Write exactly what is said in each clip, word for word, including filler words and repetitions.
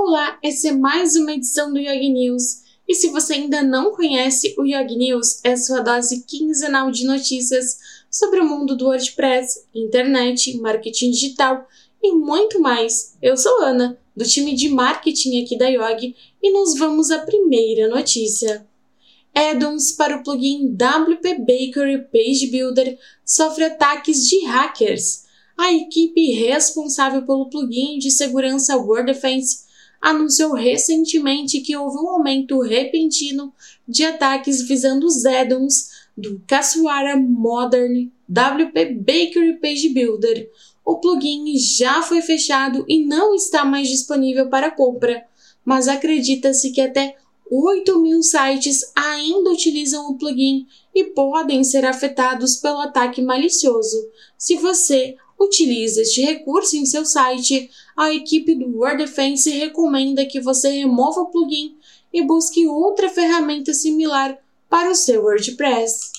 Olá, essa é mais uma edição do Yogi News. E se você ainda não conhece, o Yogi News é a sua dose quinzenal de notícias sobre o mundo do WordPress, internet, marketing digital e muito mais. Eu sou Ana, do time de marketing aqui da Yogi, e nós vamos à primeira notícia. Add-ons para o plugin W P Bakery Page Builder sofre ataques de hackers. A equipe responsável pelo plugin de segurança WordDefense anunciou recentemente que houve um aumento repentino de ataques visando os add-ons do Kaswara Modern W P Bakery Page Builder. O plugin já foi fechado e não está mais disponível para compra, mas acredita-se que até oito mil sites ainda utilizam o plugin e podem ser afetados pelo ataque malicioso. Se você utiliza este recurso em seu site, a equipe do WordDefense recomenda que você remova o plugin e busque outra ferramenta similar para o seu WordPress.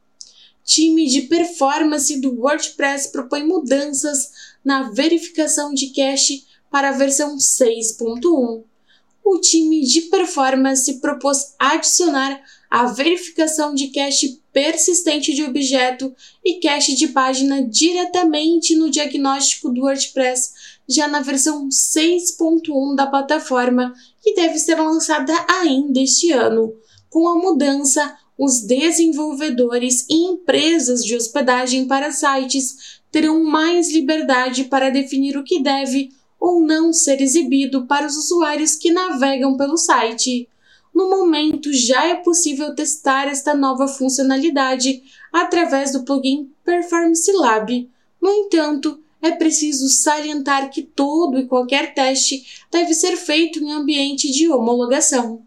Time de performance do WordPress propõe mudanças na verificação de cache para a versão seis ponto um. O time de performance propôs adicionar a verificação de cache persistente de objeto e cache de página diretamente no diagnóstico do WordPress, já na versão seis ponto um da plataforma, que deve ser lançada ainda este ano. Com a mudança, os desenvolvedores e empresas de hospedagem para sites terão mais liberdade para definir o que deve ou não ser exibido para os usuários que navegam pelo site. No momento, já é possível testar esta nova funcionalidade através do plugin Performance Lab. No entanto, é preciso salientar que todo e qualquer teste deve ser feito em ambiente de homologação.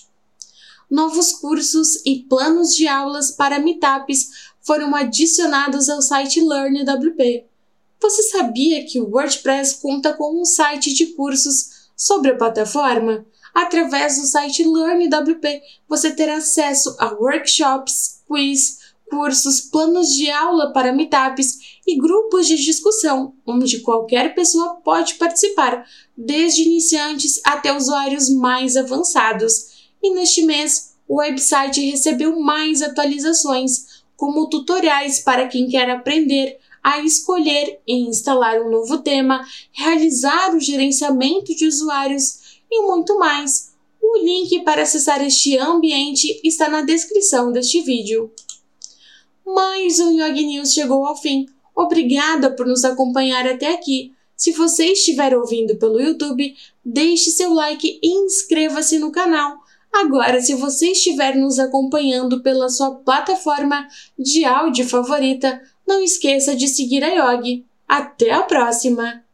Novos cursos e planos de aulas para meetups foram adicionados ao site LearnWP. Você sabia que o WordPress conta com um site de cursos sobre a plataforma? Através do site LearnWP, você terá acesso a workshops, quiz, cursos, planos de aula para meetups e grupos de discussão, onde qualquer pessoa pode participar, desde iniciantes até usuários mais avançados. E neste mês, o website recebeu mais atualizações, como tutoriais para quem quer aprender a escolher e instalar um novo tema, realizar o gerenciamento de usuários e muito mais. O link para acessar este ambiente está na descrição deste vídeo. Mais um Yogi News chegou ao fim. Obrigada por nos acompanhar até aqui. Se você estiver ouvindo pelo YouTube, deixe seu like e inscreva-se no canal. Agora, se você estiver nos acompanhando pela sua plataforma de áudio favorita, não esqueça de seguir a Yogi. Até a próxima!